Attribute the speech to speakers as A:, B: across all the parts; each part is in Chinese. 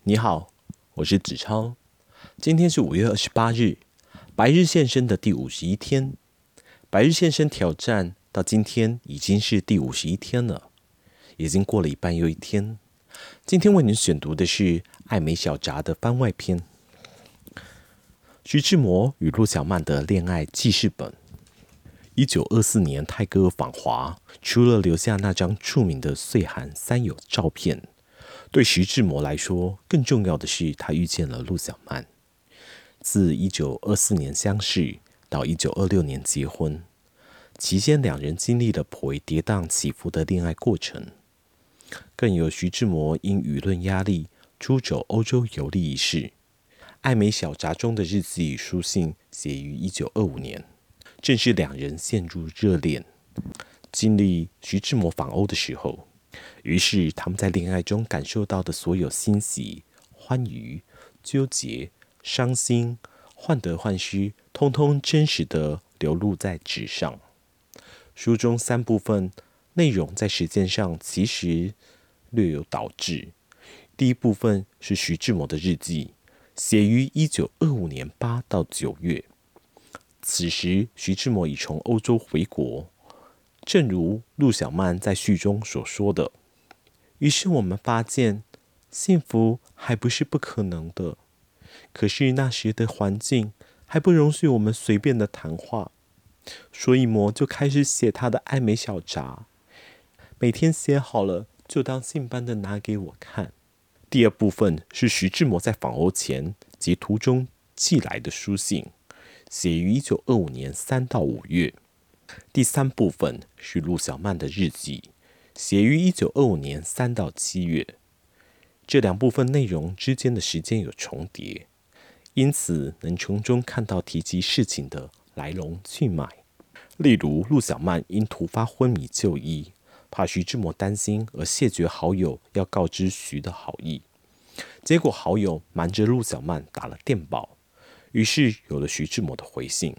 A: 你好，我是子超。今天是5月28日，白日现身的第51天。白日现身挑战到今天已经是第51天了，已经过了一半又一天。今天为您选读的是艾美小札的番外篇，徐志摩与陆小曼的恋爱记事本。1924年泰戈尔访华，除了留下那张著名的岁寒三友照片，对徐志摩来说，更重要的是他遇见了陆小曼。自1924年相识到1926年结婚，期间两人经历了颇为跌宕起伏的恋爱过程，更有徐志摩因舆论压力出走欧洲游历一事。艾美小札中的日记与书信写于1925年，正是两人陷入热恋、经历徐志摩访欧的时候。于是他们在恋爱中感受到的所有欣喜、欢愉、纠结、伤心、患得患失，通通真实地流露在纸上。书中3部分内容在时间上其实略有倒置。第一部分是徐志摩的日记，写于1925年8到9月。此时徐志摩已从欧洲回国，正如陆小曼在序中所说的，于是我们发现幸福还不是不可能的，可是那时的环境还不容许我们随便的谈话，所以摩就开始写他的艾美小札，每天写好了就当信般的拿给我看。第二部分是徐志摩在访欧前及途中寄来的书信，写于1925年3到5月。第三部分是陆小曼的日记，写于1925年3到7月。这2部分内容之间的时间有重叠，因此能从中看到提及事情的来龙去脉。例如陆小曼因突发昏迷就医，怕徐志摩担心而谢绝好友要告知徐的好意，结果好友瞒着陆小曼打了电报，于是有了徐志摩的回信：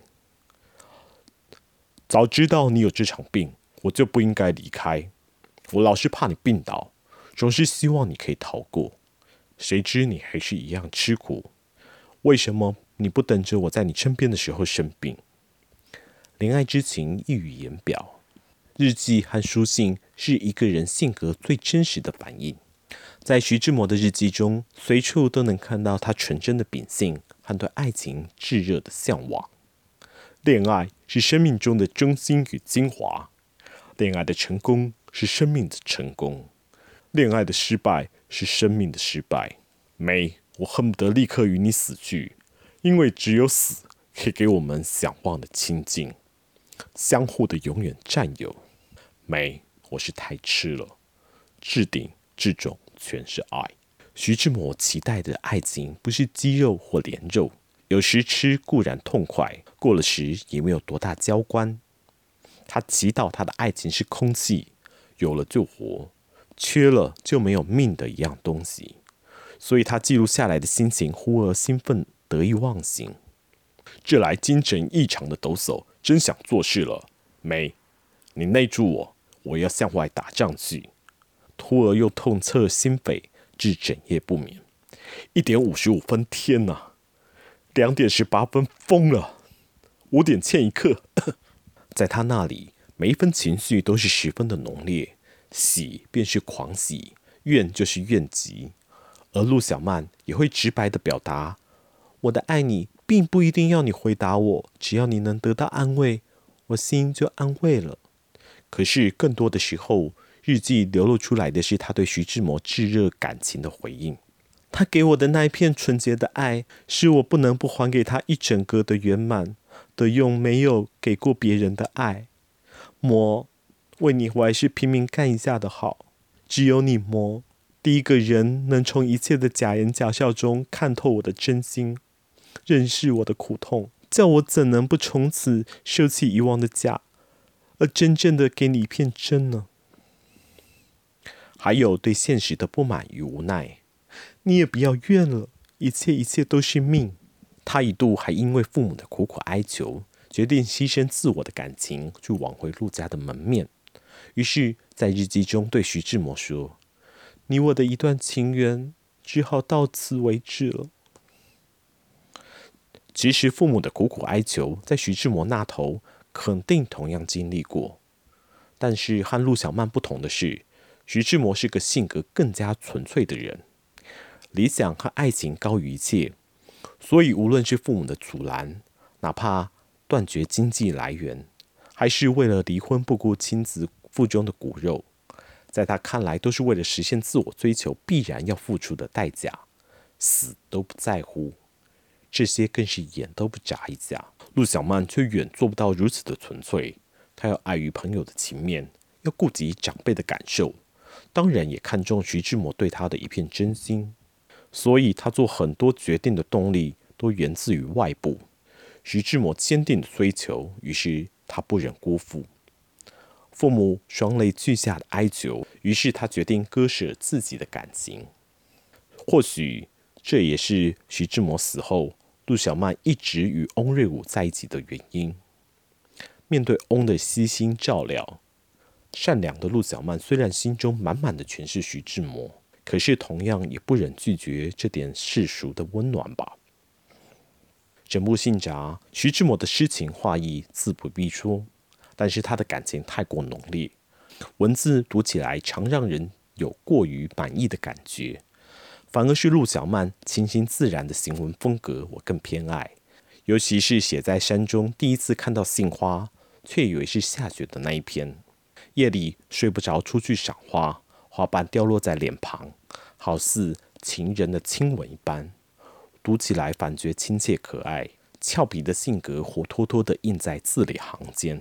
A: 早知道你有这场病，我就不应该离开。我老是怕你病倒，总是希望你可以逃过，谁知你还是一样吃苦。为什么你不等着我在你身边的时候生病？恋爱之情溢于言表，日记和书信是一个人性格最真实的反应。在徐志摩的日记中，随处都能看到他纯真的秉性和对爱情炙热的向往。恋爱是生命中的中心与精华，恋爱的成功是生命的成功，恋爱的失败是生命的失败。梅，我恨不得立刻与你死去，因为只有死可以给我们想望的亲近，相互的永远占有。梅，我是太痴了，至顶至种全是爱。徐志摩期待的爱情不是肌肉或连肉，有时吃固然痛快，过了时也没有多大交关。他祈祷他的爱情是空气，有了就活，缺了就没有命的一样东西。所以他记录下来的心情忽而兴奋，得意忘形。这来精神异常的抖擞，真想做事了。梅，你内住我，我要向外打仗去。突而又痛彻心扉，至整夜不眠。1点55分，天哪！2点18分，疯了。5点欠一刻。在他那里，每一分情绪都是十分的浓烈，喜便是狂喜，怨就是怨极。而陆小曼也会直白地表达，我的爱你并不一定要你回答我，只要你能得到安慰，我心就安慰了。可是更多的时候，日记流露出来的是他对徐志摩炙热感情的回应。他给我的那一片纯洁的爱，是我不能不还给他一整个的圆满，得用没有给过别人的爱。摩，为你我还是拼命干一下的好，只有你摩，第一个人能从一切的假言假笑中看透我的真心，认识我的苦痛，叫我怎能不从此舍弃以往的假，而真正的给你一片真呢？还有对现实的不满与无奈，你也不要怨了，一切都是命。他一度还因为父母的苦苦哀求，决定牺牲自我的感情去挽回陆家的门面。于是在日记中对徐志摩说，你我的一段情缘只好到此为止了。其实父母的苦苦哀求，在徐志摩那头肯定同样经历过。但是和陆小曼不同的是，徐志摩是个性格更加纯粹的人，理想和爱情高于一切，所以无论是父母的阻拦，哪怕断绝经济来源，还是为了离婚不顾亲子腹中的骨肉，在他看来都是为了实现自我追求必然要付出的代价，死都不在乎。这些更是眼都不眨一下。陆小曼却远做不到如此的纯粹，她要碍于朋友的情面，要顾及长辈的感受，当然也看重徐志摩对她的一片真心，所以她做很多决定的动力都源自于外部。徐志摩坚定的追求，于是她不忍辜负。父母双泪俱下的哀求，于是她决定割舍自己的感情。或许这也是徐志摩死后，陆小曼一直与翁瑞武在一起的原因。面对翁的悉心照料，善良的陆小曼虽然心中满满的全是徐志摩，可是同样也不忍拒绝这点世俗的温暖吧。整部信札，徐志摩的诗情画意自不必说，但是他的感情太过浓烈，文字读起来常让人有过于满意的感觉。反而是陆小曼清新自然的行文风格，我更偏爱。尤其是写在山中第一次看到杏花，却以为是下雪的那一篇。夜里睡不着，出去赏花，花瓣掉落在脸庞，好似情人的亲吻一般。读起来反觉亲切可爱，俏皮的性格活脱脱地印在字里行间。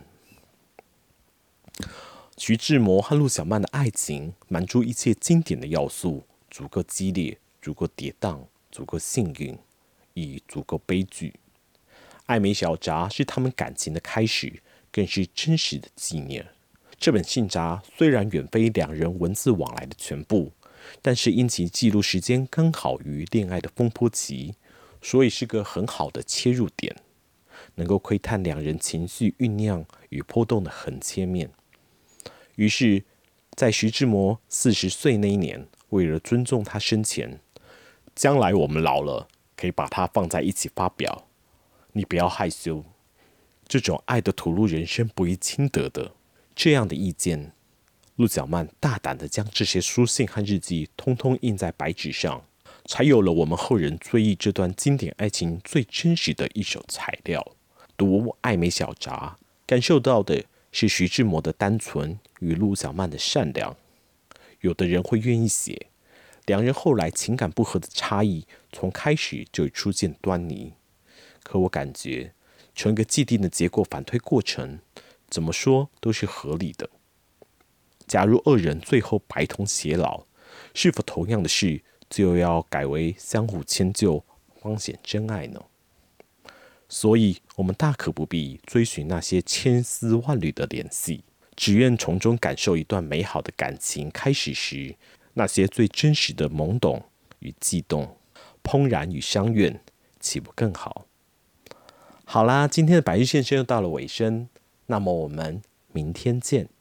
A: 徐志摩和陆小曼的爱情，满足一切经典的要素，足够激烈，足够跌宕，足够幸运，亦足够悲剧。爱美小札是他们感情的开始，更是真实的纪念。这本信札虽然远非两人文字往来的全部，但是因其记录时间刚好于恋爱的风波期，所以是个很好的切入点，能够窥探两人情绪酝酿与波动的横切面。于是，在徐志摩40岁那一年，为了尊重他生前，将来我们老了可以把它放在一起发表，你不要害羞，这种爱的吐露人生不易轻得的。这样的意见，陆小曼大胆地将这些书信和日记通通印在白纸上，才有了我们后人追忆这段经典爱情最真实的一手材料。读爱美小札，感受到的是徐志摩的单纯与陆小曼的善良。有的人会愿意写，两人后来情感不合的差异，从开始就出现端倪。可我感觉，从一个既定的结果反推过程，怎么说都是合理的。假如二人最后白头偕老，是否同样的事就要改为相互迁就，方显真爱呢？所以，我们大可不必追寻那些千丝万缕的联系，只愿从中感受一段美好的感情开始时那些最真实的懵懂与悸动，怦然与相悦，岂不更好？好啦，今天的百日献身又到了尾声，那么我们明天见。